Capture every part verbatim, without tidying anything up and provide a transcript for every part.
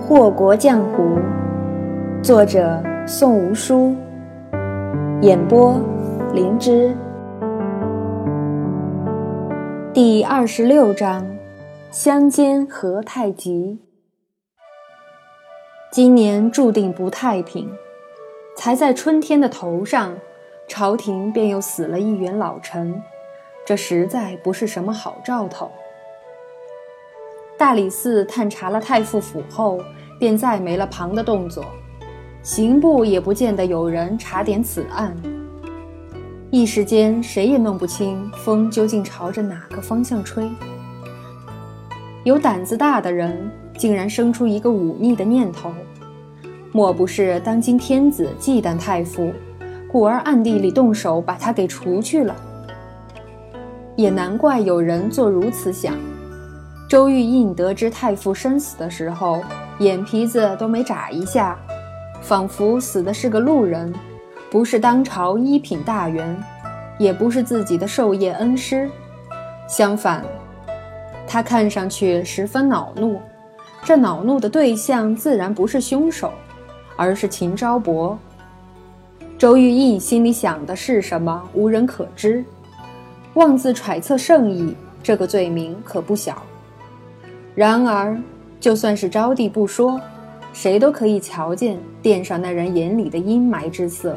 祸国江湖，作者宋无书，演播灵芝。第二十六章，乡间何太急。今年注定不太平，才在春天的头上，朝廷便又死了一员老臣，这实在不是什么好兆头。大理寺探查了太傅府后，便再没了旁的动作，刑部也不见得有人查点此案。一时间谁也弄不清风究竟朝着哪个方向吹。有胆子大的人竟然生出一个忤逆的念头，莫不是当今天子忌惮太傅，故而暗地里动手把他给除去了。也难怪有人做如此想。周玉印得知太傅身死的时候，眼皮子都没眨一下，仿佛死的是个路人，不是当朝一品大员，也不是自己的授业恩师。相反，他看上去十分恼怒，这恼怒的对象自然不是凶手，而是秦昭伯。周玉印心里想的是什么，无人可知。妄自揣测圣意，这个罪名可不小。然而就算是招娣不说，谁都可以瞧见殿上那人眼里的阴霾之色。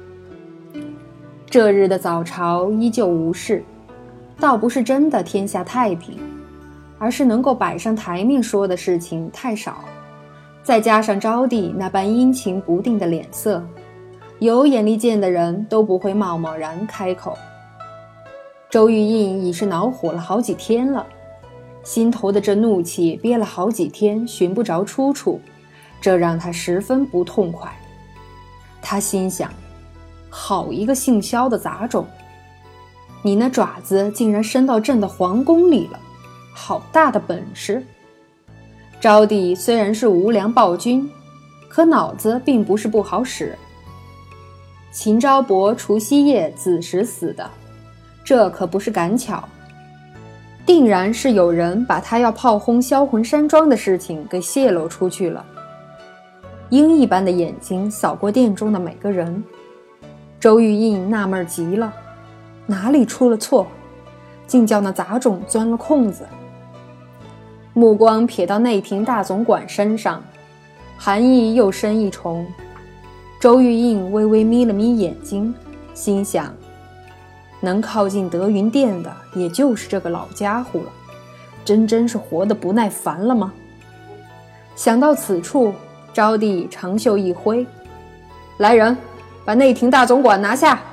这日的早朝依旧无事，倒不是真的天下太平，而是能够摆上台面说的事情太少，再加上招娣那般阴晴不定的脸色，有眼力见的人都不会贸贸然开口。周玉印已是恼火了好几天了，心头的这怒气憋了好几天，寻不着出处，这让他十分不痛快。他心想，好一个姓萧的杂种，你那爪子竟然伸到朕的皇宫里了，好大的本事！招娣虽然是无良暴君，可脑子并不是不好使。秦昭伯除夕夜子时死的，这可不是赶巧，定然是有人把他要炮轰销魂山庄的事情给泄露出去了。鹰一般的眼睛扫过殿中的每个人，周玉印纳闷极了，哪里出了错，竟叫那杂种钻了空子。目光瞥到内廷大总管身上，寒意又深一重。周玉印微微眯了眯眼睛，心想，能靠近德云殿的也就是这个老家伙了，真真是活得不耐烦了吗？想到此处，招娣长袖一挥，来人，把内廷大总管拿下。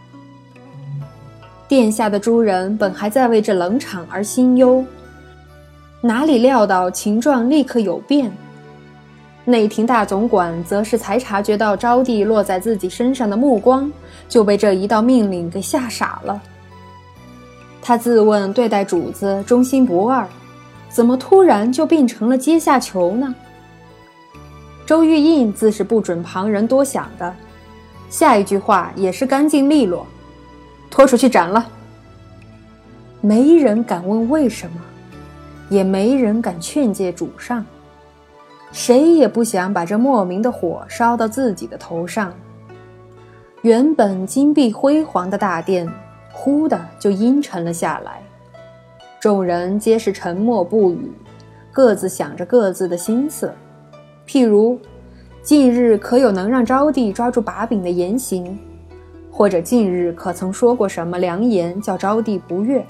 殿下的诸人本还在为这冷场而心忧，哪里料到情状立刻有变。内廷大总管则是才察觉到招娣落在自己身上的目光，就被这一道命令给吓傻了。他自问对待主子忠心不二，怎么突然就变成了阶下囚呢？周玉印自是不准旁人多想的，下一句话也是干净利落，拖出去斩了。没人敢问为什么，也没人敢劝诫主上，谁也不想把这莫名的火烧到自己的头上。原本金碧辉煌的大殿忽的就阴沉了下来，众人皆是沉默不语，各自想着各自的心思。譬如近日可有能让招娣抓住把柄的言行，或者近日可曾说过什么良言叫招娣不悦。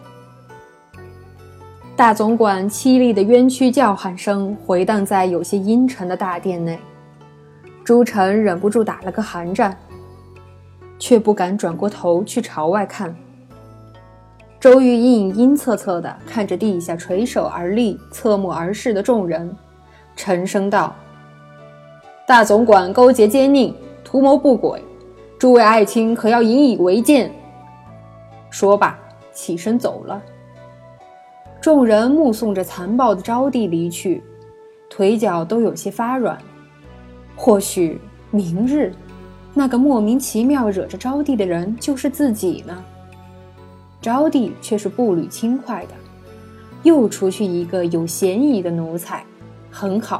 大总管凄厉的冤屈叫喊声回荡在有些阴沉的大殿内，诸臣忍不住打了个寒战，却不敢转过头去朝外看。周玉印阴恻恻地看着地下垂手而立侧目而视的众人，沉声道，大总管勾结奸佞，图谋不轨，诸位爱卿可要引以为鉴。说罢起身走了。众人目送着残暴的招娣离去，腿脚都有些发软。或许明日那个莫名其妙惹着招娣的人就是自己呢？招娣却是步履轻快的，又出去一个有嫌疑的奴才，很好，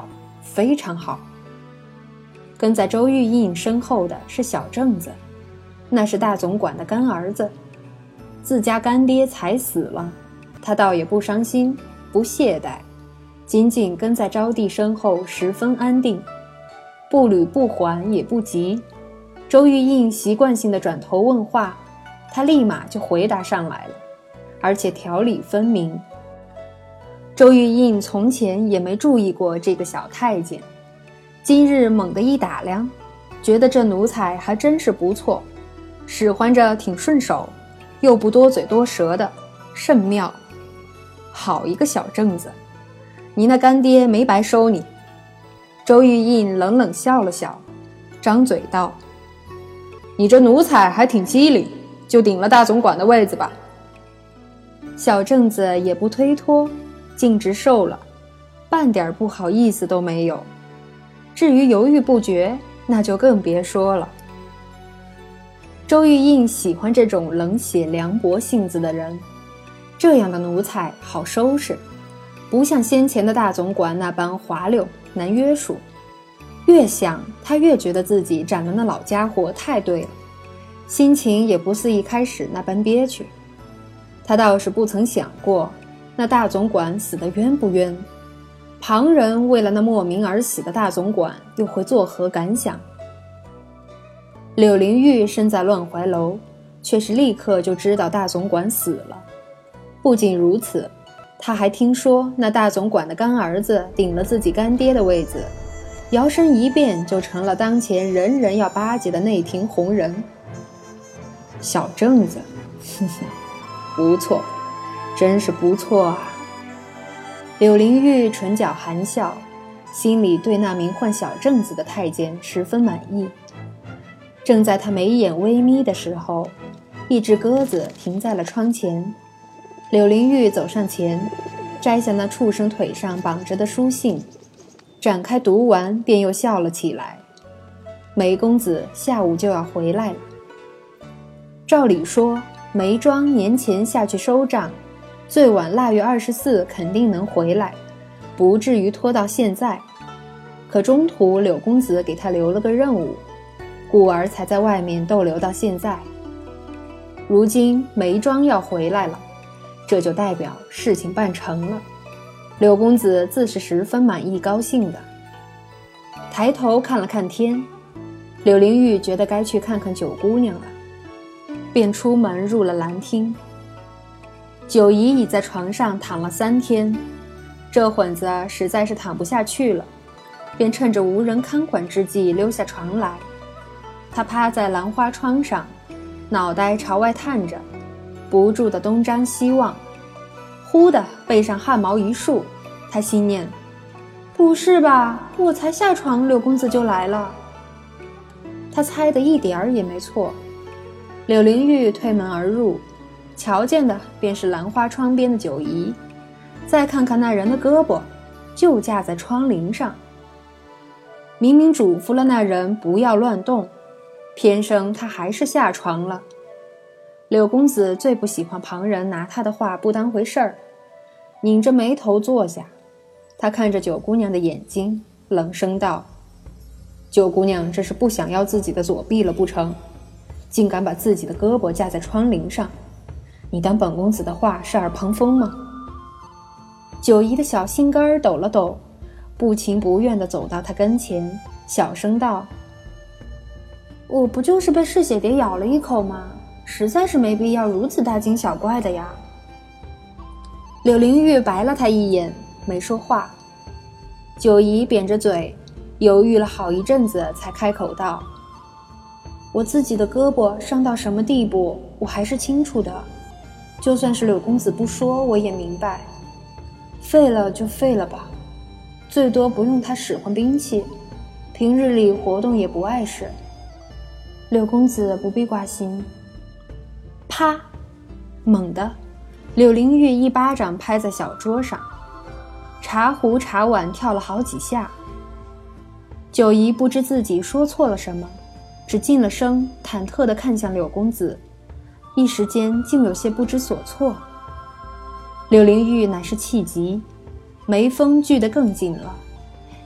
非常好。跟在周玉印身后的是小正子，那是大总管的干儿子，自家干爹才死了，他倒也不伤心，不懈怠，紧紧跟在招娣身后，十分安定，不履不还也不急。周玉印习惯性的转头问话，他立马就回答上来了，而且条理分明。周玉印从前也没注意过这个小太监，今日猛地一打量，觉得这奴才还真是不错，使唤着挺顺手，又不多嘴多舌的，甚妙。好一个小正子，你那干爹没白收你。周玉印冷冷笑了笑，张嘴道：你这奴才还挺机灵，就顶了大总管的位子吧。小正子也不推脱，径直受了，半点不好意思都没有。至于犹豫不决，那就更别说了。周玉印喜欢这种冷血凉薄性子的人，这样的奴才好收拾，不像先前的大总管那般滑溜难约束。越想他越觉得自己斩了那老家伙太对了，心情也不似一开始那般憋屈。他倒是不曾想过那大总管死得冤不冤，旁人为了那莫名而死的大总管又会作何感想。柳灵玉身在乱怀楼，却是立刻就知道大总管死了。不仅如此，他还听说那大总管的干儿子顶了自己干爹的位子，摇身一变就成了当前人人要巴结的内廷红人。小正子，哼哼，不错，真是不错啊。柳灵玉唇角含笑，心里对那名唤小正子的太监十分满意。正在他眉眼微眯的时候，一只鸽子停在了窗前。柳灵玉走上前，摘下那畜生腿上绑着的书信，展开读完，便又笑了起来。梅公子下午就要回来了。照理说，梅庄年前下去收账，最晚腊月二十四肯定能回来，不至于拖到现在。可中途柳公子给他留了个任务，故而才在外面逗留到现在。如今梅庄要回来了，这就代表事情办成了。柳公子自是十分满意高兴的。抬头看了看天，柳灵玉觉得该去看看九姑娘了，便出门入了兰厅。九姨已在床上躺了三天，这会子实在是躺不下去了，便趁着无人看管之际溜下床来。她趴在兰花窗上，脑袋朝外探着，不住地东张西望。忽的背上汗毛一竖，她心念：不是吧，我才下床，柳公子就来了。她猜得一点儿也没错。柳灵玉推门而入，瞧见的便是兰花窗边的九姨，再看看那人的胳膊，就架在窗棂上。明明嘱咐了那人不要乱动，偏生他还是下床了。柳公子最不喜欢旁人拿他的话不当回事儿，拧着眉头坐下。他看着九姑娘的眼睛，冷声道：九姑娘这是不想要自己的左臂了不成？竟敢把自己的胳膊架在窗棂上，你当本公子的话是耳旁风吗？九姨的小心肝儿抖了抖，不情不愿地走到他跟前，小声道：我不就是被嗜血蝶咬了一口吗？实在是没必要如此大惊小怪的呀。柳灵玉白了他一眼，没说话。九姨扁着嘴，犹豫了好一阵子，才开口道：我自己的胳膊伤到什么地步，我还是清楚的。就算是柳公子不说，我也明白。废了就废了吧，最多不用他使唤兵器，平日里活动也不碍事。柳公子不必挂心。啪！猛地，柳灵玉一巴掌拍在小桌上，茶壶茶碗跳了好几下。九姨不知自己说错了什么，只噤了声，忐忑地看向柳公子，一时间竟有些不知所措。柳灵玉乃是气急，眉峰聚得更紧了，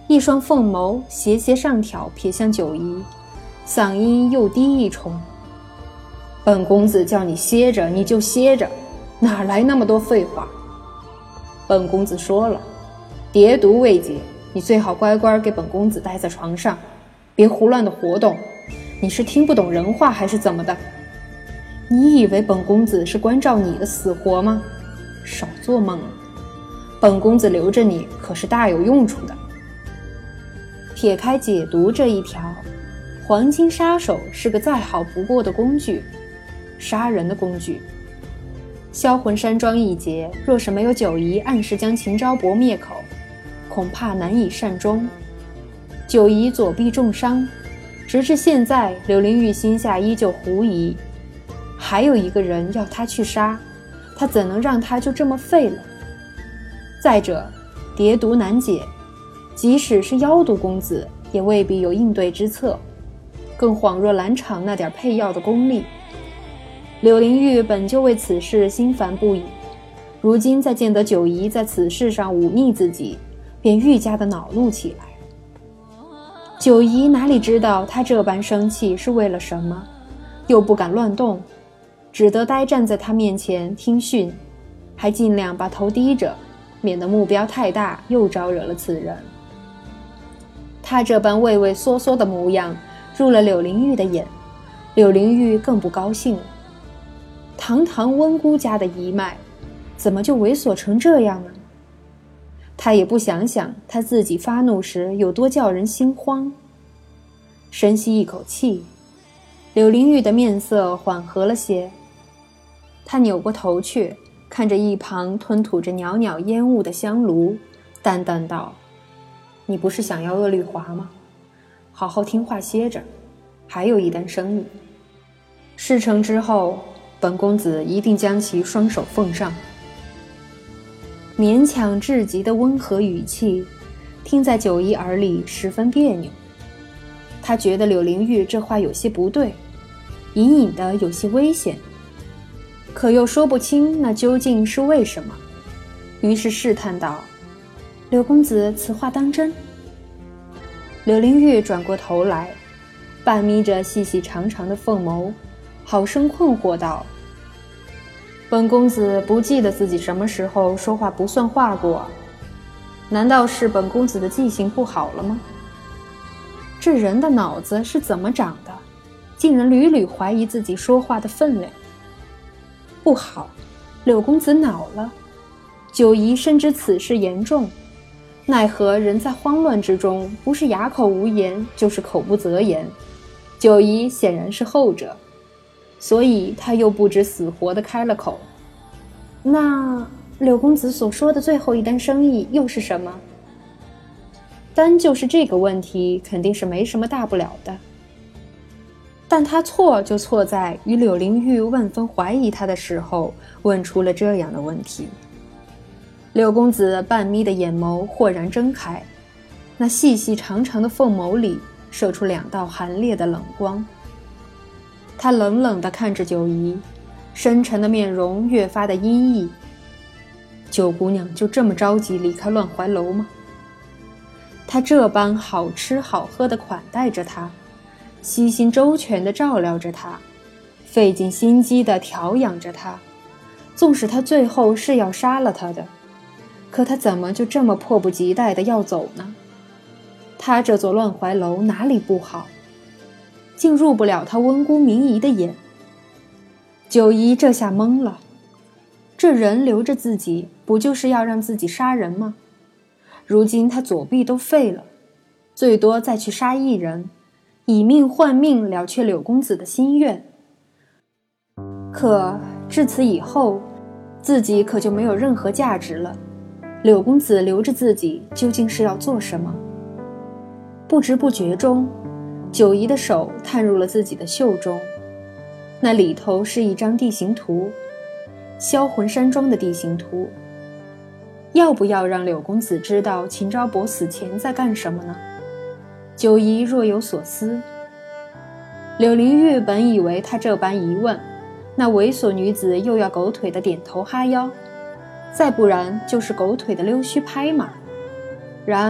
一双凤眸斜斜上挑，瞥向九姨，嗓音又低一重：本公子叫你歇着你就歇着，哪来那么多废话？本公子说了，蝶毒未解，你最好乖乖给本公子待在床上，别胡乱的活动。你是听不懂人话还是怎么的？你以为本公子是关照你的死活吗？少做梦了，本公子留着你可是大有用处的。撇开解毒这一条，黄金杀手是个再好不过的工具，杀人的工具。销魂山庄一劫，若是没有九姨按时将秦昭伯灭口，恐怕难以善终。九姨左臂重伤，直至现在柳灵玉心下依旧狐疑，还有一个人要他去杀，他怎能让他就这么废了？再者，蝶毒难解，即使是妖毒公子也未必有应对之策，更恍若兰场那点配药的功力。柳灵玉本就为此事心烦不已，如今再见得九姨在此事上忤逆自己，便愈加的恼怒起来。九姨哪里知道他这般生气是为了什么，又不敢乱动，只得呆站在他面前听训，还尽量把头低着，免得目标太大又招惹了此人。他这般畏畏缩缩的模样入了柳灵玉的眼，柳灵玉更不高兴了。堂堂温姑家的姨脉，怎么就猥琐成这样呢？他也不想想他自己发怒时有多叫人心慌。深吸一口气，柳灵玉的面色缓和了些，他扭过头去，看着一旁吞吐着袅袅烟雾的香炉，淡淡道：你不是想要鄂绿华吗？好好听话歇着，还有一单生意，事成之后本公子一定将其双手奉上。勉强至极的温和语气听在九姨耳里十分别扭，他觉得柳灵玉这话有些不对，隐隐的有些危险，可又说不清那究竟是为什么，于是试探道：柳公子此话当真？柳灵玉转过头来，半眯着细细长长的凤眸，好生困惑道：本公子不记得自己什么时候说话不算话过，难道是本公子的记性不好了吗？这人的脑子是怎么长的，竟然屡屡怀疑自己说话的分量。不好，柳公子恼了。九姨深知此事严重，奈何人在慌乱之中，不是哑口无言，就是口不择言。九姨显然是后者，所以他又不知死活地开了口：那柳公子所说的最后一单生意又是什么？单就是这个问题肯定是没什么大不了的，但他错就错在与柳灵玉万分怀疑他的时候问出了这样的问题。柳公子半眯的眼眸豁然睁开，那细细长长的凤眸里射出两道寒冽的冷光。他冷冷地看着九姨，深沉的面容越发的阴翳。九姑娘就这么着急离开乱怀楼吗？他这般好吃好喝地款待着她，悉心周全地照料着她，费尽心机地调养着她，纵使他最后是要杀了她的，可他怎么就这么迫不及待地要走呢？他这座乱怀楼哪里不好，竟入不了他温姑明仪的眼。九姨这下懵了，这人留着自己，不就是要让自己杀人吗？如今他左臂都废了，最多再去杀一人，以命换命，了却柳公子的心愿。可至此以后，自己可就没有任何价值了。柳公子留着自己，究竟是要做什么？不知不觉中，九姨的手探入了自己的袖中，那里头是一张地形图，销魂山庄的地形图。要不要让柳公子知道秦昭伯死前在干什么呢？九姨若有所思。柳灵玉本以为他这般疑问，那猥琐女子又要狗腿的点头哈腰，再不然就是狗腿的溜须拍马，然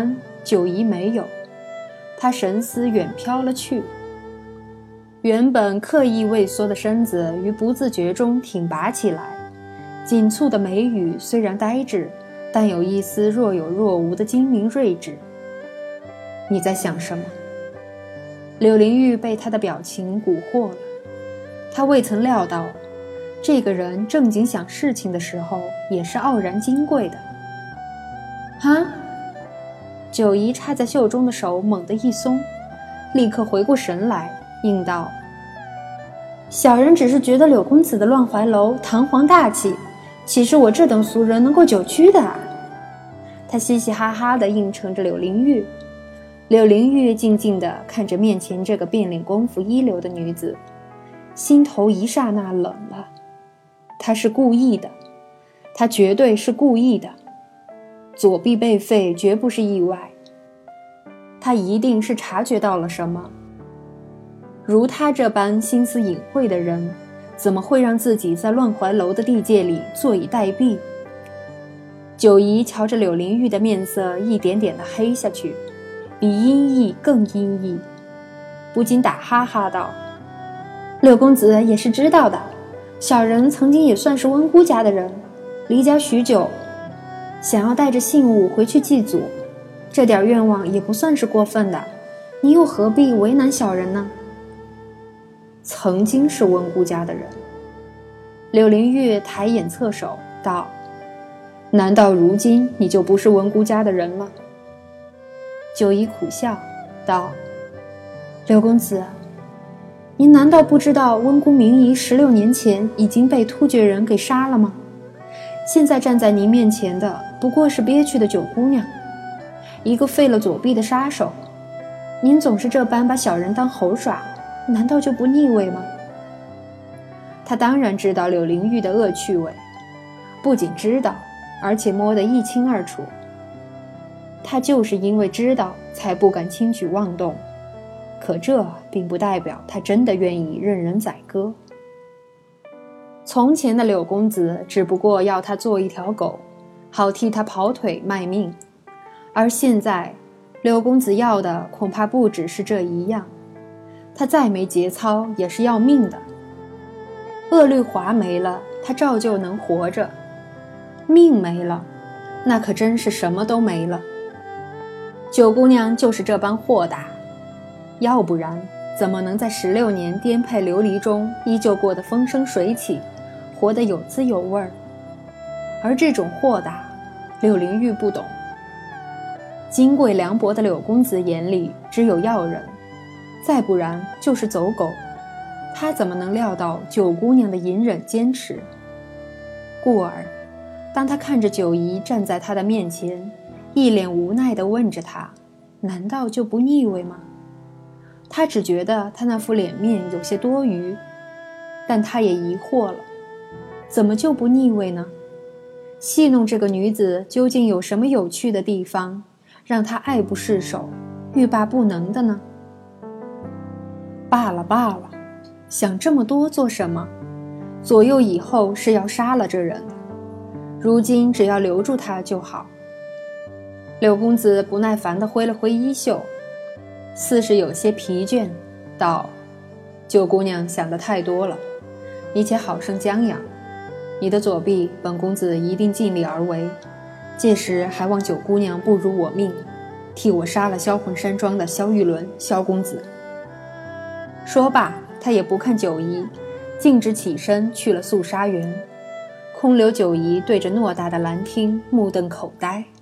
九姨没有，她神思远飘了去。原本刻意畏缩的身子于不自觉中挺拔起来，紧蹙的眉宇虽然呆滞，但有一丝若有若无的精明睿智。你在想什么？柳灵玉被他的表情蛊惑了，他未曾料到这个人正经想事情的时候也是傲然金贵的。啊！九姨插在袖中的手猛地一松，立刻回过神来，应道：小人只是觉得柳公子的乱怀楼堂皇大气，岂是我这等俗人能够久居的啊？他嘻嘻哈哈地应承着柳灵玉。柳灵玉静静地看着面前这个变脸功夫一流的女子，心头一刹那冷了。她是故意的，她绝对是故意的。左臂被废绝不是意外，她一定是察觉到了什么。如她这般心思隐晦的人，怎么会让自己在乱怀楼的地界里坐以待毙？九姨瞧着柳灵玉的面色一点点地黑下去，比阴翳更阴翳，不禁打哈哈道：柳公子也是知道的，小人曾经也算是温姑家的人，离家许久，想要带着信物回去祭祖，这点愿望也不算是过分的，你又何必为难小人呢？曾经是温姑家的人。柳灵玉抬眼侧首道：难道如今你就不是温姑家的人了？九姨苦笑道：柳公子，您难道不知道温姑明仪十六年前已经被突厥人给杀了吗？现在站在您面前的不过是憋屈的九姑娘，一个废了左臂的杀手。您总是这般把小人当猴耍，难道就不腻味吗？他当然知道柳灵玉的恶趣味，不仅知道，而且摸得一清二楚。他就是因为知道才不敢轻举妄动，可这并不代表他真的愿意任人宰割。从前的柳公子只不过要他做一条狗，好替他跑腿卖命，而现在柳公子要的恐怕不只是这一样，他再没节操也是要命的。恶律华没了，他照旧能活着；命没了，那可真是什么都没了。九姑娘就是这般豁达，要不然怎么能在十六年颠沛流离中依旧过得风生水起，活得有滋有味儿？而这种豁达，柳灵玉不懂。金贵凉薄的柳公子眼里只有要人，再不然就是走狗，他怎么能料到九姑娘的隐忍坚持？故而当他看着九姨站在他的面前，一脸无奈地问着他，难道就不腻味吗？他只觉得他那副脸面有些多余，但他也疑惑了，怎么就不腻味呢？戏弄这个女子究竟有什么有趣的地方，让他爱不释手，欲罢不能的呢？罢了罢了，想这么多做什么？左右以后是要杀了这人的，如今只要留住他就好。柳公子不耐烦地挥了挥衣袖，似是有些疲倦，道：九姑娘想得太多了，你且好生将养，你的左臂本公子一定尽力而为，届时还望九姑娘不辱我命，替我杀了销魂山庄的萧玉伦萧公子。说罢，他也不看九姨，径直起身去了肃杀园，空留九姨对着偌大的兰厅目瞪口呆。